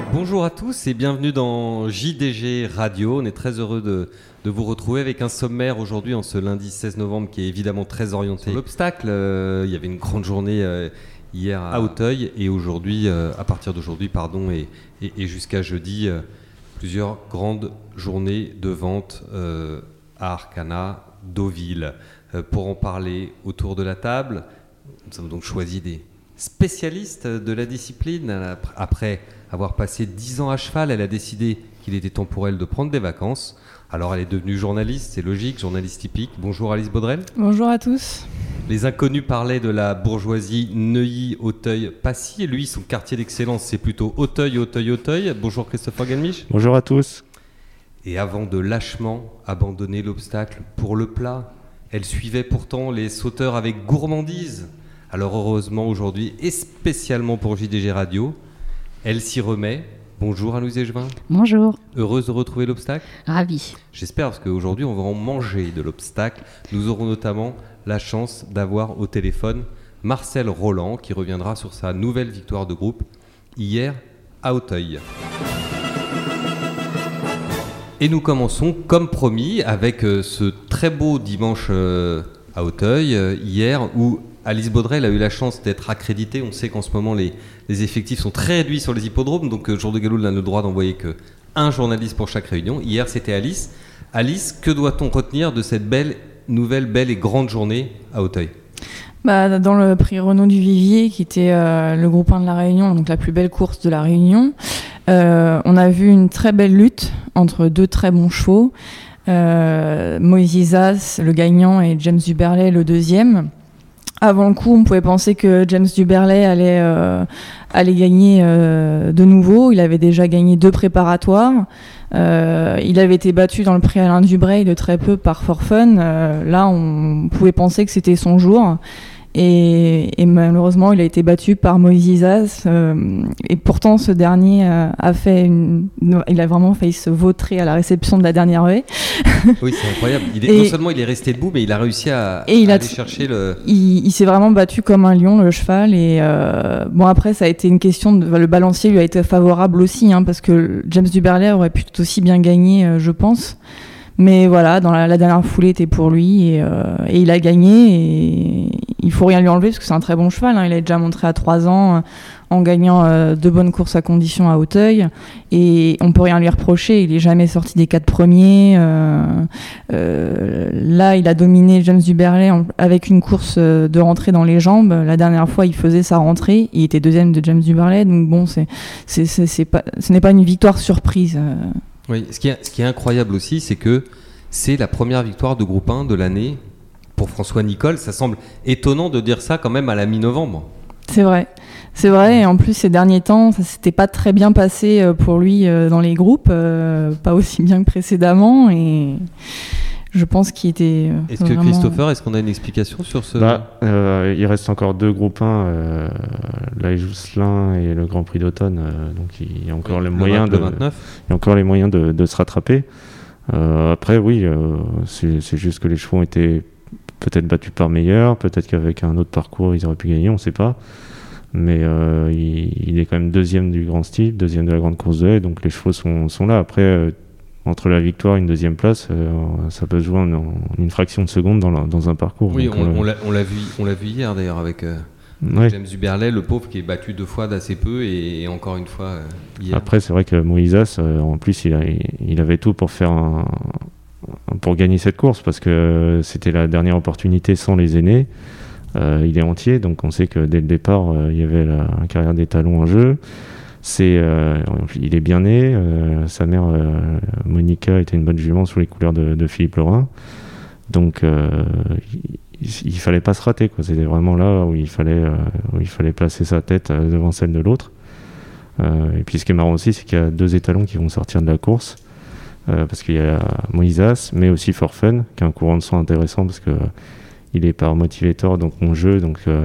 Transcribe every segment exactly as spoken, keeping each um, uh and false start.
Bonjour à tous et bienvenue dans J D G Radio. On est très heureux de, de vous retrouver avec un sommaire aujourd'hui en ce lundi seize novembre qui est évidemment très orienté sur l'obstacle. Euh, il y avait une grande journée euh, hier à Auteuil et aujourd'hui, euh, à partir d'aujourd'hui, pardon, et, et, et jusqu'à jeudi, euh, plusieurs grandes journées de vente euh, à Arcana, Deauville. Euh, pour en parler autour de la table, nous avons donc choisi des spécialistes de la discipline. Après avoir passé dix ans à cheval, elle a décidé qu'il était temps pour elle de prendre des vacances. Alors elle est devenue journaliste, c'est logique, journaliste typique. Bonjour Alice Baudrel. Bonjour à tous. Les inconnus parlaient de la bourgeoisie Neuilly, Auteuil, Passy. Et lui, son quartier d'excellence, c'est plutôt Auteuil, Auteuil, Auteuil. Bonjour Christopher Galmiche. Bonjour à tous. Et avant de lâchement abandonner l'obstacle pour le plat, elle suivait pourtant les sauteurs avec gourmandise. Alors heureusement aujourd'hui, et spécialement pour J D G Radio, elle s'y remet. Bonjour Aloïse Égevin. Bonjour. Heureuse de retrouver l'obstacle ? Ravie. J'espère, parce qu'aujourd'hui on va en manger de l'obstacle. Nous aurons notamment la chance d'avoir au téléphone Marcel Roland qui reviendra sur sa nouvelle victoire de groupe hier à Auteuil. Et nous commençons comme promis avec euh, ce très beau dimanche euh, à Auteuil euh, hier où Alice Baudrel a eu la chance d'être accréditée. On sait qu'en ce moment, les, les effectifs sont très réduits sur les hippodromes. Donc, euh, Jour de Galop n'a le droit d'envoyer qu'un journaliste pour chaque réunion. Hier, c'était Alice. Alice, que doit-on retenir de cette belle, nouvelle, belle et grande journée à Auteuil ? Bah, dans le prix Renaud du Vivier, qui était euh, le groupe un de la Réunion, donc la plus belle course de la Réunion, euh, on a vu une très belle lutte entre deux très bons chevaux. Euh, Moïse Isas, le gagnant, et James Duberlet, le deuxième. Avant le coup, on pouvait penser que James Duberlet allait, euh, allait gagner euh, de nouveau. Il avait déjà gagné deux préparatoires. Euh, il avait été battu dans le prix Alain Dubreil de très peu par For Fun. Euh, là, on pouvait penser que c'était son jour. Et, et malheureusement, il a été battu par Moïse Isas. Euh, et pourtant, ce dernier euh, a fait une, il a vraiment failli se vautrer à la réception de la dernière haie. Oui, c'est incroyable. Il est, et, non seulement il est resté debout, mais il a réussi à, et il à a aller t- chercher le... Il, il s'est vraiment battu comme un lion, le cheval. Et euh, bon, après, ça a été une question... De, le balancier lui a été favorable aussi, hein, parce que James Duberlet aurait pu tout aussi bien gagner, euh, je pense. Mais voilà, dans la, la dernière foulée était pour lui et, euh, et il a gagné et il faut rien lui enlever parce que c'est un très bon cheval, hein. Il a déjà montré à trois ans euh, en gagnant euh, deux bonnes courses à condition à Auteuil et on peut rien lui reprocher, il est jamais sorti des quatre premiers. Euh, euh, là, il a dominé James Duberlet en, avec une course euh, de rentrée dans les jambes. La dernière fois, il faisait sa rentrée, il était deuxième de James Duberlet, donc bon, c'est, c'est, c'est, c'est pas, ce n'est pas une victoire surprise. Euh. Oui, ce qui est, ce qui est incroyable aussi, c'est que c'est la première victoire de groupe un de l'année pour François Nicole. Ça semble étonnant de dire ça quand même à la mi-novembre. C'est vrai, c'est vrai. Et en plus, ces derniers temps, ça s'était pas très bien passé pour lui dans les groupes, euh, pas aussi bien que précédemment. Et je pense qu'il était. Est-ce vraiment... que Christopher, est-ce qu'on a une explication sur ce... Bah, euh, il reste encore deux groupes un, euh, l'A E Jousselin et le Grand Prix d'automne, euh, donc il y a encore oui, les le moyens vingt, de, le vingt-neuf. il y a encore les moyens de, de se rattraper. Euh, après, oui, euh, c'est, c'est juste que les chevaux ont été peut-être battus par meilleur, peut-être qu'avec un autre parcours ils auraient pu gagner, on ne sait pas. Mais euh, il, il est quand même deuxième du Grand Style, deuxième de la Grande Course de Haie, donc les chevaux sont, sont là. Après. Euh, Entre la victoire et une deuxième place, euh, ça peut se jouer en, en une fraction de seconde dans, la, dans un parcours. Oui, donc, on, euh, on, l'a, on, l'a vu, on l'a vu hier d'ailleurs avec euh, ouais. James Duberlet, le pauvre qui est battu deux fois d'assez peu et, et encore une fois euh, hier. Après, c'est vrai que Moïsas, euh, en plus, il, a, il avait tout pour faire un, pour gagner cette course parce que c'était la dernière opportunité sans les aînés. Euh, il est entier, donc on sait que dès le départ, euh, il y avait la, la carrière des talons en jeu. C'est, euh, il est bien né. Euh, sa mère, euh, Monica, était une bonne jument sous les couleurs de, de Philippe Lorrain. Donc, euh, il, il fallait pas se rater, quoi. C'était vraiment là où il fallait, euh, où il fallait placer sa tête euh, devant celle de l'autre. Euh, et puis, ce qui est marrant aussi, c'est qu'il y a deux étalons qui vont sortir de la course, euh, parce qu'il y a Moïsas, mais aussi For Fun, qui est un courant de sang intéressant parce que euh, il est par Motivator, donc mon jeu, donc euh,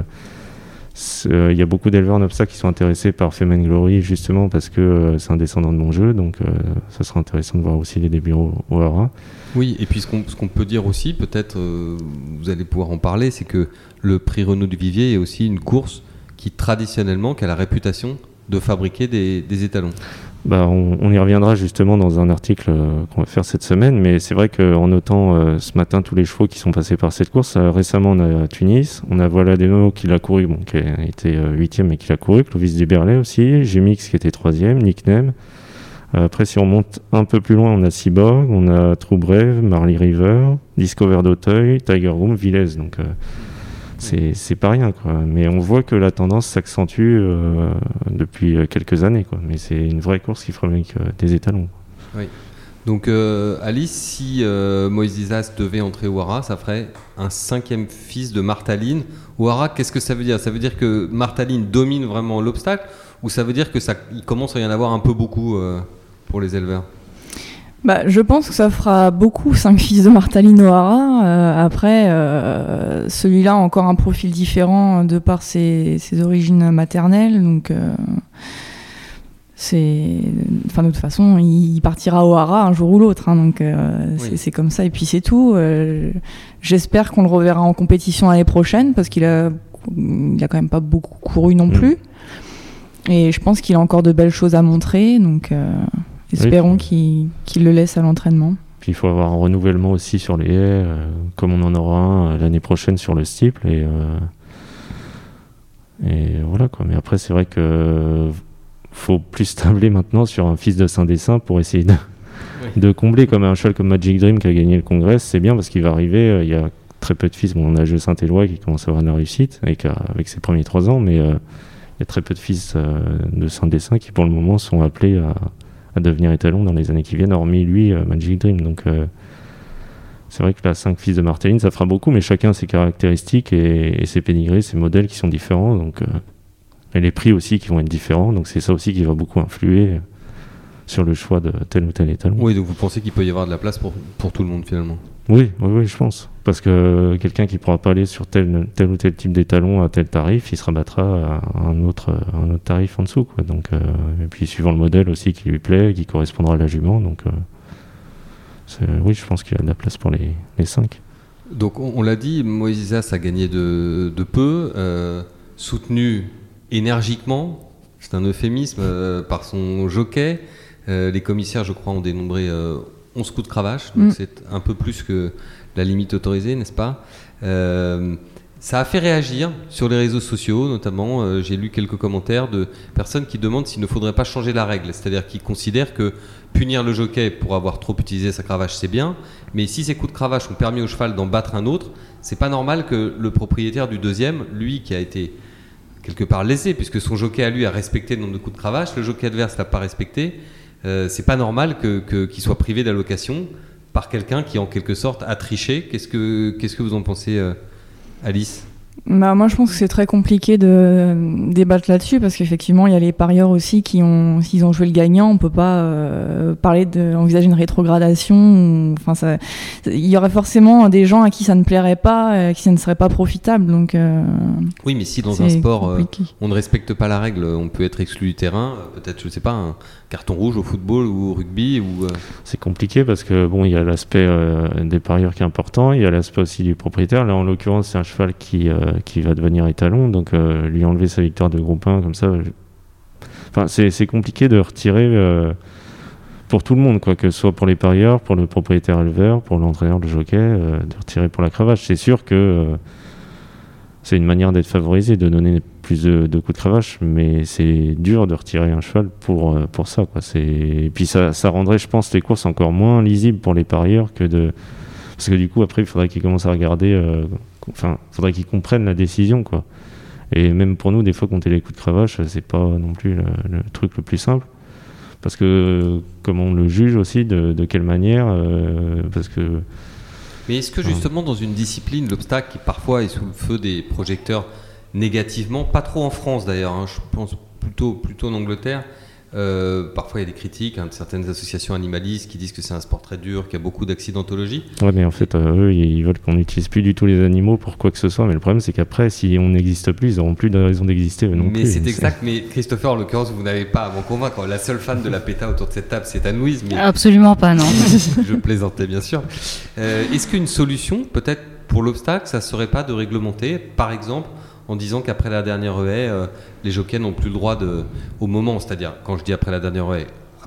il euh, y a beaucoup d'éleveurs en obstacle qui sont intéressés par Fame and Glory justement parce que euh, c'est un descendant de mon jeu, donc euh, ça sera intéressant de voir aussi les débuts au, au Hara. Oui, et puis ce qu'on, ce qu'on peut dire aussi, peut-être euh, vous allez pouvoir en parler, c'est que le prix Renaud du Vivier est aussi une course qui traditionnellement qui a la réputation de fabriquer des, des étalons. Bah, on, on y reviendra justement dans un article euh, qu'on va faire cette semaine, mais c'est vrai qu'en notant euh, ce matin tous les chevaux qui sont passés par cette course, euh, récemment on a Tunis, on a Voladeno qui l'a couru, bon, qui a été huitième euh, mais qui l'a couru, Clovis Duberlet aussi, Gemix qui était troisième, Nickname. Euh, après si on monte un peu plus loin, on a Cyborg, on a True Brave, Marley River, Discover d'Auteuil, Tiger Room, Villez, donc euh, c'est, c'est pas rien, quoi. Mais on voit que la tendance s'accentue euh, depuis quelques années, quoi. Mais c'est une vraie course qui fabrique euh, des étalons. Oui. Donc euh, Alice, si euh, Moïse Isas devait entrer au Hara, ça ferait un cinquième fils de Martaline. Au Hara, qu'est-ce que ça veut dire ? Ça veut dire que Martaline domine vraiment l'obstacle, ou ça veut dire que ça, il commence à y en avoir un peu beaucoup euh, pour les éleveurs ? Bah, je pense que ça fera beaucoup cinq fils de Martaline au Hara. Euh, après, euh, celui-là a encore un profil différent de par ses, ses origines maternelles. Donc, euh, c'est, enfin, de toute façon, il partira au Hara un jour ou l'autre. Hein, donc, euh, oui. c'est, c'est comme ça. Et puis, c'est tout. Euh, j'espère qu'on le reverra en compétition l'année prochaine parce qu'il a, il a quand même pas beaucoup couru non plus. Mmh. Et je pense qu'il a encore de belles choses à montrer. Donc... Euh, Espérons oui, qu'il, qu'il le laisse à l'entraînement. Puis il faut avoir un renouvellement aussi sur les haies, euh, comme on en aura un euh, l'année prochaine sur le steeple. Et, euh, et voilà quoi. Mais après, c'est vrai qu'il euh, faut plus tabler maintenant sur un fils de Saint-Dessin pour essayer de, oui. de combler. Comme un cheval comme Magic Dream qui a gagné le Congrès, c'est bien parce qu'il va arriver. Euh, il y a très peu de fils. Bon, on a Jeu Saint-Éloi qui commence à avoir de la réussite avec, avec ses premiers trois ans, mais euh, il y a très peu de fils euh, de Saint-Dessin qui pour le moment sont appelés à. à devenir étalon dans les années qui viennent, hormis lui, euh, Magic Dream. Donc euh, c'est vrai que là, cinq fils de Martaline, ça fera beaucoup, mais chacun a ses caractéristiques et, et ses pédigrés, ses modèles qui sont différents. Donc, euh, et les prix aussi qui vont être différents. Donc c'est ça aussi qui va beaucoup influer sur le choix de tel ou tel étalon. Oui, donc vous pensez qu'il peut y avoir de la place pour, pour tout le monde finalement ? Oui, oui, oui, je pense. Parce que quelqu'un qui ne pourra pas aller sur tel, tel ou tel type d'étalon à tel tarif, il se rabattra à un autre, un autre tarif en dessous, quoi. Donc, euh, et puis suivant le modèle aussi qui lui plaît, qui correspondra à la jument. Donc, euh, c'est, oui, je pense qu'il y a de la place pour les, les cinq. Donc on, on l'a dit, Moïse Isas a gagné de, de peu, euh, soutenu énergiquement, c'est un euphémisme, euh, par son jockey. Euh, les commissaires, je crois, ont dénombré euh, onze coups de cravache, donc mm. c'est un peu plus que la limite autorisée, n'est-ce pas ? euh, Ça a fait réagir sur les réseaux sociaux, notamment, euh, j'ai lu quelques commentaires de personnes qui demandent s'il ne faudrait pas changer la règle, c'est-à-dire qui considèrent que punir le jockey pour avoir trop utilisé sa cravache, c'est bien, mais si ces coups de cravache ont permis au cheval d'en battre un autre, c'est pas normal que le propriétaire du deuxième, lui qui a été quelque part lésé, puisque son jockey à lui a respecté le nombre de coups de cravache, le jockey adverse l'a pas respecté, euh, c'est pas normal que, que, qu'il soit privé d'allocation par quelqu'un qui en quelque sorte a triché. Qu'est-ce que, qu'est-ce que vous en pensez, euh, Alice ? Bah, moi je pense que c'est très compliqué de débattre là-dessus parce qu'effectivement il y a les parieurs aussi qui ont, s'ils ont joué le gagnant, on peut pas euh, parler d'envisager une rétrogradation. Ou, enfin, ça, il y aurait forcément des gens à qui ça ne plairait pas, à qui ça ne serait pas profitable. Donc, euh, oui, mais si dans un sport euh, on ne respecte pas la règle, on peut être exclu du terrain, peut-être, je sais pas, un carton rouge au football ou au rugby ou, euh... C'est compliqué parce que bon, il y a l'aspect euh, des parieurs qui est important, il y a l'aspect aussi du propriétaire. Là en l'occurrence c'est un cheval qui euh, qui va devenir étalon, donc euh, lui enlever sa victoire de groupe un comme ça, je... enfin c'est, c'est compliqué de retirer euh, pour tout le monde, quoi, que ce soit pour les parieurs, pour le propriétaire éleveur, pour l'entraîneur, le jockey, euh, de retirer pour la cravache. C'est sûr que euh, c'est une manière d'être favorisé, de donner plus de, de coups de cravache, mais c'est dur de retirer un cheval pour, euh, pour ça, quoi. C'est... Et puis ça, ça rendrait, je pense, les courses encore moins lisibles pour les parieurs que de... Parce que du coup, après, il faudrait qu'ils commencent à regarder... Euh, Enfin, il faudrait qu'ils comprennent la décision, quoi. Et même pour nous, des fois, compter les coups de cravache, c'est pas non plus le, le truc le plus simple. Parce que, comment on le juge aussi, de, de quelle manière, euh, parce que... Mais est-ce que justement, dans une discipline, l'obstacle qui parfois est sous le feu des projecteurs négativement, pas trop en France d'ailleurs, hein, je pense plutôt, plutôt en Angleterre, Euh, parfois il y a des critiques hein, de certaines associations animalistes qui disent que c'est un sport très dur, qu'il y a beaucoup d'accidentologie. Ouais, mais en fait, euh, eux, ils veulent qu'on n'utilise plus du tout les animaux pour quoi que ce soit. Mais le problème, c'est qu'après, si on n'existe plus, ils n'auront plus de raison d'exister eux non mais plus. Mais c'est exact. C'est... Mais Christopher, en l'occurrence, vous n'avez pas à m'en convaincre. La seule fan de la PETA autour de cette table, c'est Anne-Louise. Mais... Absolument pas, non. Je plaisantais, bien sûr. Euh, est-ce qu'une solution, peut-être pour l'obstacle, ça serait pas de réglementer, par exemple, en disant qu'après la dernière haie, euh, les jockeys n'ont plus le droit de, au moment, c'est-à-dire, quand je dis après la dernière haie,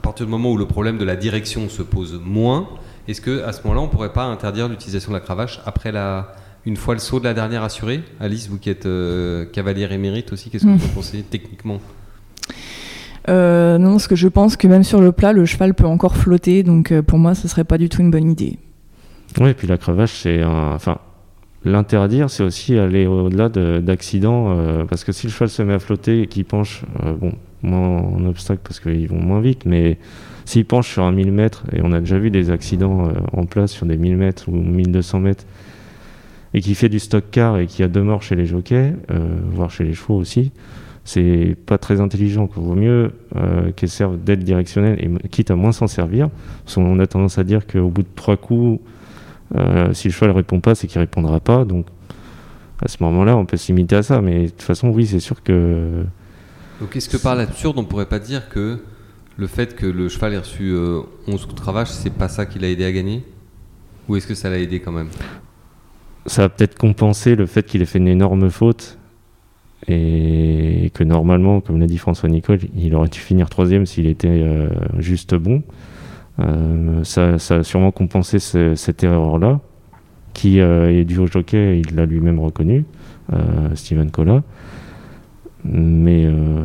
partir du moment où le problème de la direction se pose moins, est-ce qu'à ce moment-là, on ne pourrait pas interdire l'utilisation de la cravache après la, une fois le saut de la dernière assuré? Alice, vous qui êtes euh, cavalière émérite aussi, qu'est-ce que mmh. vous en pensez techniquement? euh, Non, parce que je pense que même sur le plat, le cheval peut encore flotter, donc euh, pour moi, ce ne serait pas du tout une bonne idée. Oui, et puis la cravache, c'est un... Enfin, l'interdire, c'est aussi aller au-delà de, d'accidents, euh, parce que si le cheval se met à flotter et qu'il penche, euh, bon, moins en obstacle parce qu'ils vont moins vite, mais s'il penche sur un mille mètres, et on a déjà vu des accidents euh, en place sur des mille mètres ou mille deux cents mètres, et qui fait du stock car et qui a deux morts chez les jockeys, euh, voire chez les chevaux aussi, c'est pas très intelligent. Il vaut mieux euh, qu'elle serve d'aide directionnelle, et quitte à moins s'en servir, parce qu'on a tendance à dire qu'au bout de trois coups, Euh, si le cheval ne répond pas, c'est qu'il ne répondra pas. Donc, à ce moment-là, on peut se limiter à ça. Mais de toute façon, oui, c'est sûr que... Donc, est-ce que par l'absurde, on ne pourrait pas dire que le fait que le cheval ait reçu euh, onze coups de cravache, c'est pas ça qui l'a aidé à gagner? Ou est-ce que ça l'a aidé quand même? Ça a peut-être compensé le fait qu'il ait fait une énorme faute. Et que normalement, comme l'a dit François Nicole, il aurait dû finir troisième s'il était euh, juste bon. Euh, ça, ça a sûrement compensé ce, cette erreur-là, qui euh, est due au jockey, il l'a lui-même reconnu, euh, Steven Colla. Mais euh,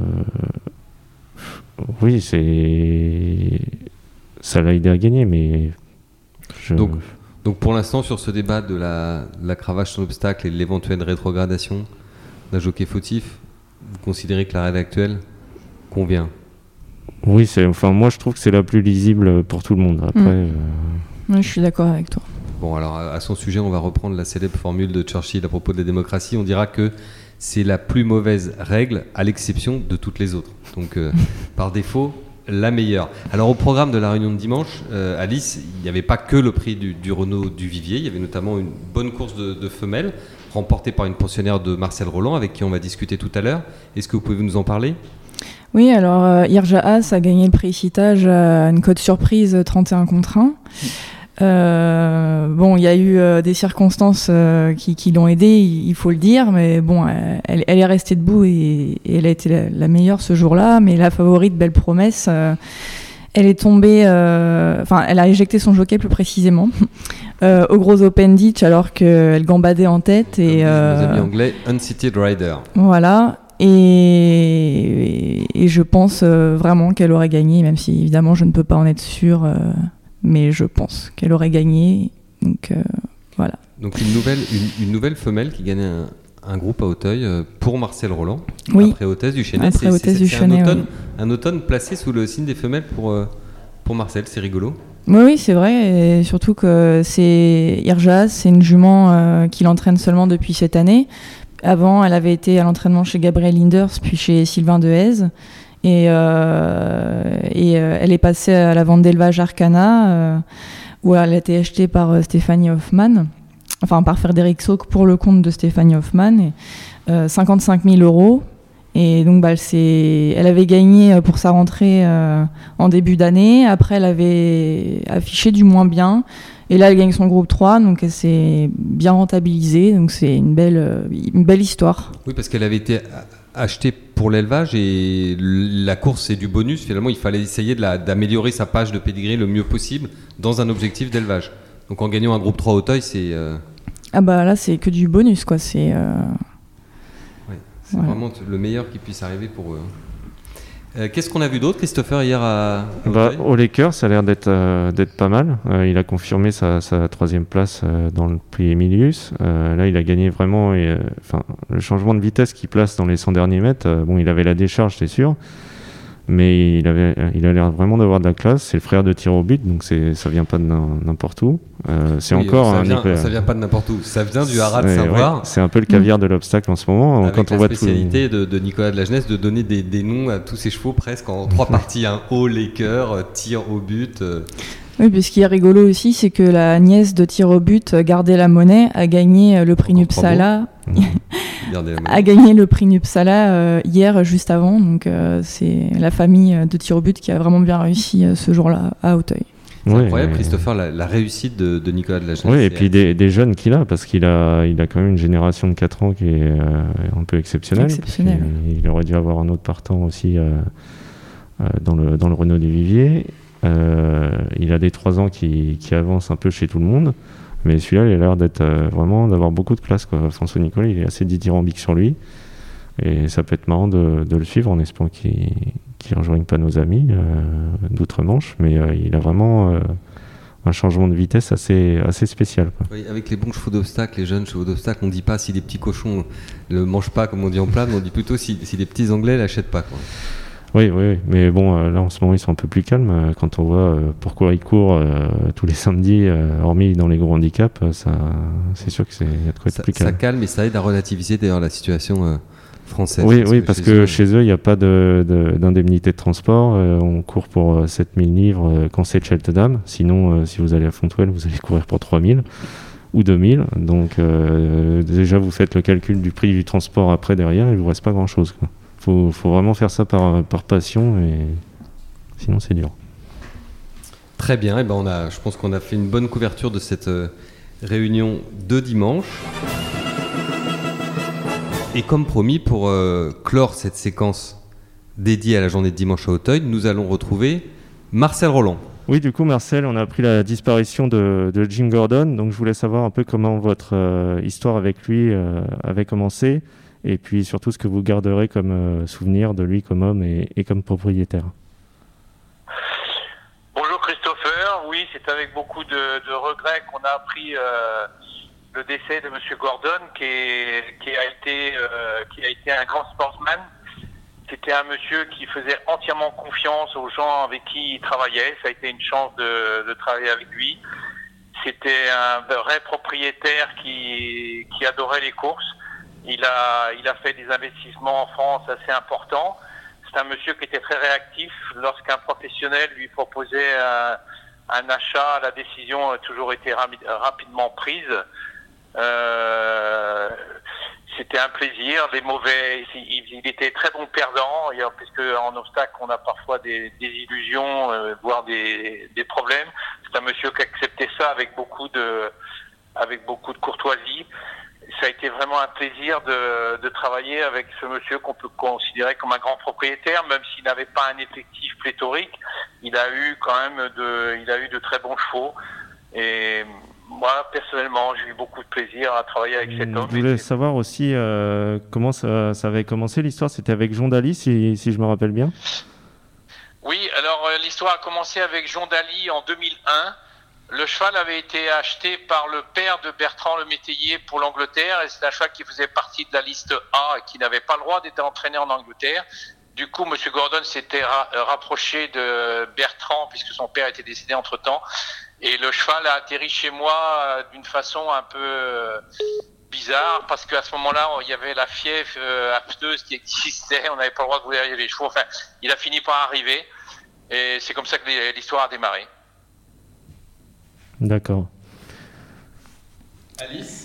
oui, c'est ça l'a aidé à gagner, mais je... donc, donc pour l'instant, sur ce débat de la, de la cravache sur l'obstacle et de l'éventuelle rétrogradation d'un jockey fautif, vous considérez que la règle actuelle convient? Oui, c'est, enfin, moi je trouve que c'est la plus lisible pour tout le monde. Après, mmh. euh... oui, je suis d'accord avec toi. Bon, alors à son sujet, on va reprendre la célèbre formule de Churchill à propos de la démocratie. On dira que c'est la plus mauvaise règle, à l'exception de toutes les autres. Donc, euh, par défaut, la meilleure. Alors, au programme de la réunion de dimanche, euh, Alice, il n'y avait pas que le prix du, du Renault du Vivier. Il y avait notamment une bonne course de, de femelles, remportée par une pensionnaire de Marcel Roland, avec qui on va discuter tout à l'heure. Est-ce que vous pouvez nous en parler ? Oui, alors euh, Irja Haas a gagné le prix Citage à une cote surprise trente et un contre un. Euh, bon, il y a eu euh, des circonstances euh, qui, qui l'ont aidée, il, il faut le dire, mais bon, elle, elle est restée debout et, et elle a été la, la meilleure ce jour-là. Mais la favorite, Belle Promesse, euh, elle est tombée, enfin, euh, elle a éjecté son jockey plus précisément euh, au gros open ditch alors qu'elle gambadait en tête. Et, Comme euh, nos amis anglais, Unseated Rider. Voilà. Et, et je pense euh, vraiment qu'elle aurait gagné, même si évidemment je ne peux pas en être sûre, euh, mais je pense qu'elle aurait gagné. Donc euh, voilà. Donc une nouvelle, une, une nouvelle femelle qui gagnait un, un groupe à Auteuil euh, pour Marcel Roland, oui. après Hôtesse du Chênay. Après Hôtesse du Chênay, un automne, oui. un automne placé sous le signe des femelles pour, euh, pour Marcel, c'est rigolo. Oui, oui, c'est vrai, et surtout que c'est Irja, c'est une jument euh, qui l'entraîne seulement depuis cette année. Avant, elle avait été à l'entraînement chez Gabriel Linders, puis chez Sylvain Dehaze. Et, euh, et euh, elle est passée à la vente d'élevage Arcana, euh, où elle a été achetée par euh, Stéphanie Hoffman, enfin par Frédéric Sauck pour le compte de Stéphanie Hoffman, et, euh, cinquante-cinq mille euros. Et donc, bah, elle, s'est, elle avait gagné pour sa rentrée euh, en début d'année. Après, elle avait affiché du moins bien. Et là, elle gagne son groupe trois, donc elle s'est bien rentabilisée. Donc c'est une belle, une belle histoire. Oui, parce qu'elle avait été achetée pour l'élevage et la course, c'est du bonus. Finalement, il fallait essayer de la, d'améliorer sa page de pédigré le mieux possible dans un objectif d'élevage. Donc en gagnant un groupe trois Auteuil, c'est... Euh... Ah bah là, c'est que du bonus, quoi. C'est, euh... ouais, c'est voilà. Vraiment le meilleur qui puisse arriver pour eux. Euh, qu'est-ce qu'on a vu d'autre, Christopher, hier à, à bah, au Lakers, ça a l'air d'être, euh, d'être pas mal. Euh, il a confirmé sa, sa troisième place euh, dans le prix Emilius. Euh, là, il a gagné vraiment. Et, euh, le changement de vitesse qu'il place dans les cent derniers mètres, euh, bon, il avait la décharge, c'est sûr. Mais il, avait, il a l'air vraiment d'avoir de la classe. C'est le frère de tir au but, donc c'est, ça vient pas de n'importe où. Euh, c'est oui, encore ça un vient, nucléaire. Ça vient pas de n'importe où. Ça vient du Haras de Saint-Voir. Ouais, c'est un peu le caviar de l'obstacle en ce moment. Avec quand on la voit spécialité tout... de, de Nicolas de la Jeunesse de donner des, des noms à tous ses chevaux presque en trois parties. Hein. Haut, les cœurs, tir au but. Euh. Oui, puis ce qui est rigolo aussi, c'est que la nièce de tir au but, Gardez la monnaie, a gagné le prix Nupsala. a gagné le prix Nupsala euh, hier, juste avant. Donc euh, c'est la famille de tir au but qui a vraiment bien réussi euh, ce jour-là à Auteuil. C'est ouais, incroyable, ouais. Christopher, la, la réussite de, de Nicolas de la Jeunesse. Oui, et puis des, des jeunes qu'il a, parce qu'il a, il a quand même une génération de quatre ans qui est euh, un peu exceptionnelle. Exceptionnelle. Il, il aurait dû avoir un autre partant aussi euh, euh, dans, le, dans le Renault des Viviers. il a des trois ans qui, qui avancent un peu chez tout le monde. Mais celui-là, il a l'air d'être euh, vraiment d'avoir beaucoup de classe, quoi. François Nicolas, il est assez dithyrambique sur lui. Et ça peut être marrant de, de le suivre en espérant qu'il ne rejoigne pas nos amis euh, d'outre-Manche. Mais euh, il a vraiment euh, un changement de vitesse assez, assez spécial, quoi. Oui, avec les bons chevaux d'obstacle, les jeunes chevaux d'obstacle, on ne dit pas si les petits cochons ne le mangent pas, comme on dit en plat, mais on dit plutôt si, si les petits Anglais ne l'achètent pas, quoi. Oui, oui, oui, mais bon, euh, là en ce moment ils sont un peu plus calmes. Euh, quand on voit euh, pourquoi ils courent euh, tous les samedis, euh, hormis dans les gros handicaps, euh, ça, c'est sûr qu'il y a de quoi être ça, plus calme. Ça calme et ça aide à relativiser d'ailleurs la situation euh, française. Oui, oui, parce chez que eux, chez eux, il n'y a pas de, de, d'indemnité de transport. Euh, on court pour euh, sept mille livres euh, quand c'est de Cheltenham. Sinon, euh, si vous allez à Fontwell, vous allez courir pour trois mille ou deux mille. Donc euh, déjà, vous faites le calcul du prix du transport après derrière, il ne vous reste pas grand-chose, quoi. Faut, faut vraiment faire ça par, par passion, et sinon c'est dur. Très bien, et ben on a, je pense qu'on a fait une bonne couverture de cette euh, réunion de dimanche. Et comme promis, pour euh, clore cette séquence dédiée à la journée de dimanche à Auteuil, nous allons retrouver Marcel Roland. Oui, du coup, Marcel, on a appris la disparition de, de Jim Gordon, donc je voulais savoir un peu comment votre euh, histoire avec lui euh, avait commencé. Et puis surtout ce que vous garderez comme euh, souvenir de lui comme homme et, et comme propriétaire. Bonjour Christopher, oui, c'est avec beaucoup de, de regrets qu'on a appris euh, le décès de Monsieur Gordon, qui, est, qui, a été, euh, qui a été un grand sportsman. C'était un monsieur qui faisait entièrement confiance aux gens avec qui il travaillait. Ça a été une chance de, de travailler avec lui. C'était un vrai propriétaire qui, qui adorait les courses. Il a, il a fait des investissements en France assez importants. C'est un monsieur qui était très réactif. Lorsqu'un professionnel lui proposait un, un achat, la décision a toujours été rapi- rapidement prise. Euh, c'était un plaisir. Les mauvais, il, il était très bon perdant, puisque en obstacle on a parfois des, des illusions, euh, voire des, des problèmes. C'est un monsieur qui acceptait ça avec beaucoup de, avec beaucoup de courtoisie. Ça a été vraiment un plaisir de, de travailler avec ce monsieur qu'on peut considérer comme un grand propriétaire, même s'il n'avait pas un effectif pléthorique. Il a eu quand même de, il a eu de très bons chevaux. Et moi, personnellement, j'ai eu beaucoup de plaisir à travailler avec cet homme. Je voulais savoir aussi euh, comment ça, ça avait commencé l'histoire. C'était avec Jean Daly, si, si je me rappelle bien. Oui, alors euh, l'histoire a commencé avec Jean Daly en deux mille un. Le cheval avait été acheté par le père de Bertrand Le Métayer pour l'Angleterre, et c'est un cheval qui faisait partie de la liste A et qui n'avait pas le droit d'être entraîné en Angleterre. Du coup, M. Gordon s'était ra- rapproché de Bertrand puisque son père était décédé entre-temps, et le cheval a atterri chez moi euh, d'une façon un peu euh, bizarre, parce qu'à ce moment-là, il y avait la fièvre euh, apneuse qui existait, on n'avait pas le droit de vous derrière les chevaux. Enfin, il a fini par arriver, et c'est comme ça que l'histoire a démarré. D'accord. Alice ?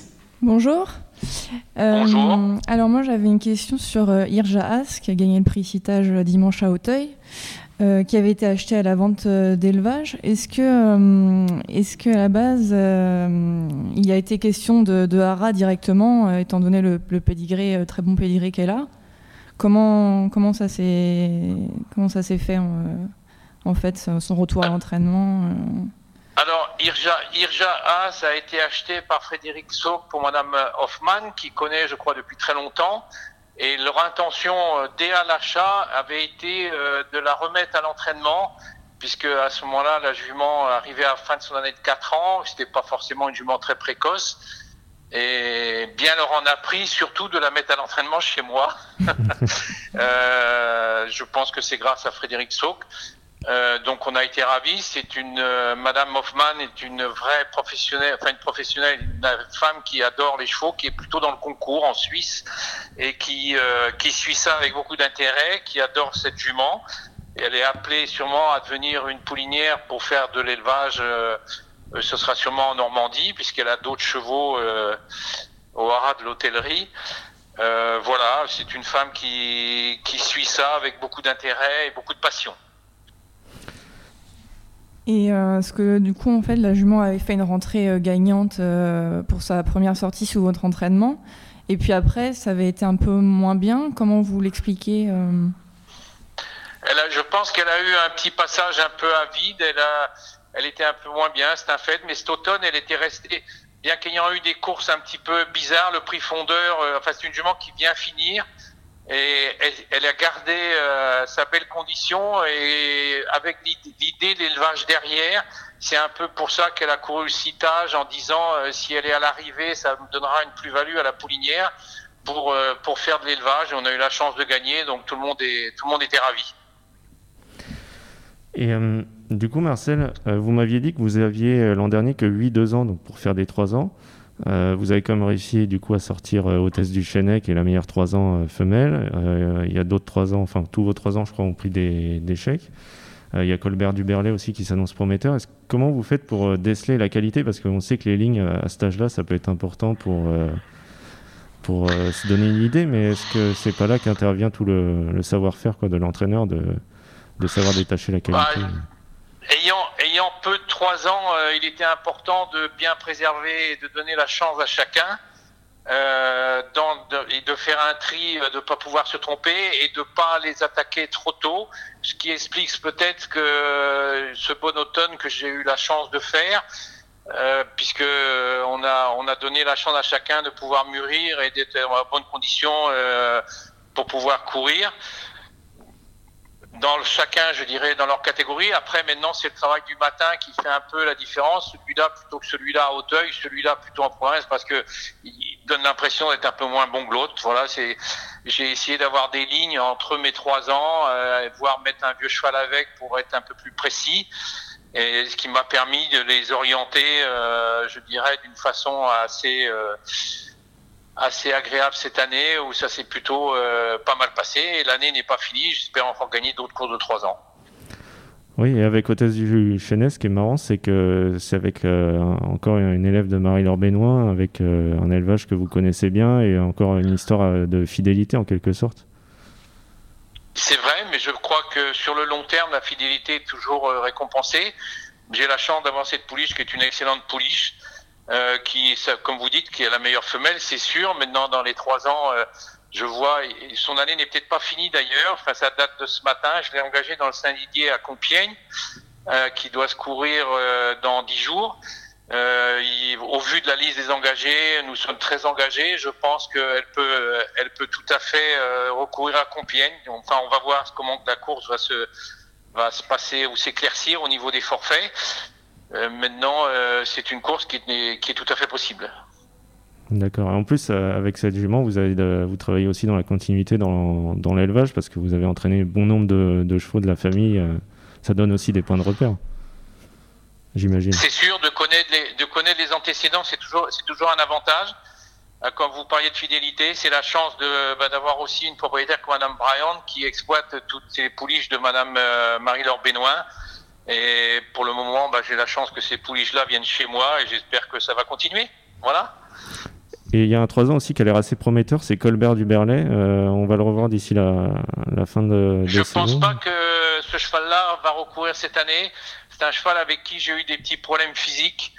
Bonjour. Euh, Bonjour. Alors moi j'avais une question sur euh, Irja Haas, qui a gagné le prix Citage dimanche à Auteuil, euh, qui avait été acheté à la vente euh, d'élevage. Est-ce que, euh, est-ce que à la base euh, il a été question de, de hara directement, euh, étant donné le, le pédigré, euh, très bon pédigré qu'elle a? Comment, comment, ça s'est, comment ça s'est fait en, en fait, son retour à l'entraînement euh... Alors, Irja, Irja Haas a été acheté par Frédéric Sauck pour Madame Hoffmann, qui connaît, je crois, depuis très longtemps. Et leur intention, dès à l'achat, avait été euh, de la remettre à l'entraînement, puisque à ce moment-là, la jument arrivait à la fin de son année de quatre ans. C'était pas forcément une jument très précoce. Et bien leur en a pris, surtout de la mettre à l'entraînement chez moi. euh, je pense que c'est grâce à Frédéric Sauck. Euh, donc on a été ravis. C'est une euh, Madame Hoffmann est une vraie professionnelle, enfin une professionnelle, une femme qui adore les chevaux, qui est plutôt dans le concours en Suisse et qui euh, qui suit ça avec beaucoup d'intérêt, qui adore cette jument. Et elle est appelée sûrement à devenir une poulinière pour faire de l'élevage. Euh, ce sera sûrement en Normandie, puisqu'elle a d'autres chevaux euh, au haras de l'hôtellerie. Euh, voilà, c'est une femme qui qui suit ça avec beaucoup d'intérêt et beaucoup de passion. Et euh, est-ce que du coup, en fait, la jument avait fait une rentrée euh, gagnante euh, pour sa première sortie sous votre entraînement, et puis après, ça avait été un peu moins bien. Comment vous l'expliquez euh... Elle a, je pense qu'elle a eu un petit passage un peu à vide. Elle a, elle était un peu moins bien, c'est un fait, mais cet automne, elle était restée, bien qu'ayant eu des courses un petit peu bizarres, le prix fondeur, euh, enfin c'est une jument qui vient finir, et elle, elle a gardé euh, sa belle condition, et avec l'idée de l'élevage derrière, c'est un peu pour ça qu'elle a couru le citage en disant euh, si elle est à l'arrivée, ça me donnera une plus-value à la poulinière pour euh, pour faire de l'élevage. Et on a eu la chance de gagner, donc tout le monde est tout le monde était ravi. Et euh, du coup, Marcel, euh, vous m'aviez dit que vous aviez euh, l'an dernier que huit deux ans, donc pour faire des trois ans. Euh, vous avez quand même réussi du coup à sortir euh, Hôtesse du Chênay, qui est la meilleure trois ans euh, femelle. Euh, il y a d'autres trois ans, enfin tous vos trois ans, je crois, ont pris des, des chèques. Euh, il y a Colbert du Berlay aussi qui s'annonce prometteur. Est-ce, comment vous faites pour euh, déceler la qualité ? Parce qu'on sait que les lignes euh, à cet âge-là, ça peut être important pour, euh, pour euh, se donner une idée, mais est-ce que c'est pas là qu'intervient tout le, le savoir-faire quoi, de l'entraîneur de, de savoir détacher la qualité ? Bah, ayant, ayant peu de trois ans, euh, il était important de bien préserver et de donner la chance à chacun. Euh, dans, de, et de faire un tri, de ne pas pouvoir se tromper et de ne pas les attaquer trop tôt, ce qui explique peut-être que ce bon automne que j'ai eu la chance de faire, euh, puisque on a, on a donné la chance à chacun de pouvoir mûrir et d'être en bonne condition euh, pour pouvoir courir. Dans le, chacun, je dirais, dans leur catégorie. Après, maintenant, c'est le travail du matin qui fait un peu la différence. Celui-là plutôt que celui-là à Hauteuil, celui-là plutôt en province, parce que il donne l'impression d'être un peu moins bon que l'autre. Voilà, c'est. J'ai essayé d'avoir des lignes entre mes trois ans, euh, voire mettre un vieux cheval avec pour être un peu plus précis. Et ce qui m'a permis de les orienter, euh, je dirais, d'une façon assez. Euh, assez agréable cette année où ça s'est plutôt euh, pas mal passé et l'année n'est pas finie, j'espère encore gagner d'autres courses de trois ans. Oui, et avec Hôtesse du Chênay, ce qui est marrant, c'est que c'est avec euh, encore une élève de Marie-Laure Bénoin, avec euh, un élevage que vous connaissez bien et encore une histoire de fidélité en quelque sorte. C'est vrai, mais je crois que sur le long terme, la fidélité est toujours euh, récompensée. J'ai la chance d'avoir cette pouliche qui est une excellente pouliche. Euh, qui, comme vous dites, qui est la meilleure femelle, c'est sûr. Maintenant, dans les trois ans, euh, je vois, son année n'est peut-être pas finie d'ailleurs. Enfin, ça date de ce matin. Je l'ai engagée dans le Saint-Didier à Compiègne, euh, qui doit se courir euh, dans dix jours. Euh, il, au vu de la liste des engagés, nous sommes très engagés. Je pense qu'elle peut, elle peut tout à fait euh, recourir à Compiègne. Enfin, on va voir comment la course va se, va se passer ou s'éclaircir au niveau des forfaits. Euh, maintenant, euh, c'est une course qui est, qui est tout à fait possible. D'accord. Et en plus, euh, avec cette jument, vous, avez de, vous travaillez aussi dans la continuité dans, dans l'élevage parce que vous avez entraîné bon nombre de, de chevaux de la famille. Euh, ça donne aussi des points de repère, j'imagine. C'est sûr, de connaître les, de connaître les antécédents, c'est toujours, c'est toujours un avantage. Euh, comme vous parliez de fidélité, c'est la chance de, bah, d'avoir aussi une propriétaire comme Madame Bryant qui exploite toutes ces pouliches de Madame euh, Marie-Laure Bénoin. Et pour le moment, bah, j'ai la chance que ces pouliches-là viennent chez moi et j'espère que ça va continuer. Voilà. Et il y a un trois ans aussi qui a l'air assez prometteur, c'est Colbert du Berlay. Euh, on va le revoir d'ici la, la fin de, de Je ne saison. pense pas que ce cheval-là va recourir cette année. C'est un cheval avec qui j'ai eu des petits problèmes physiques.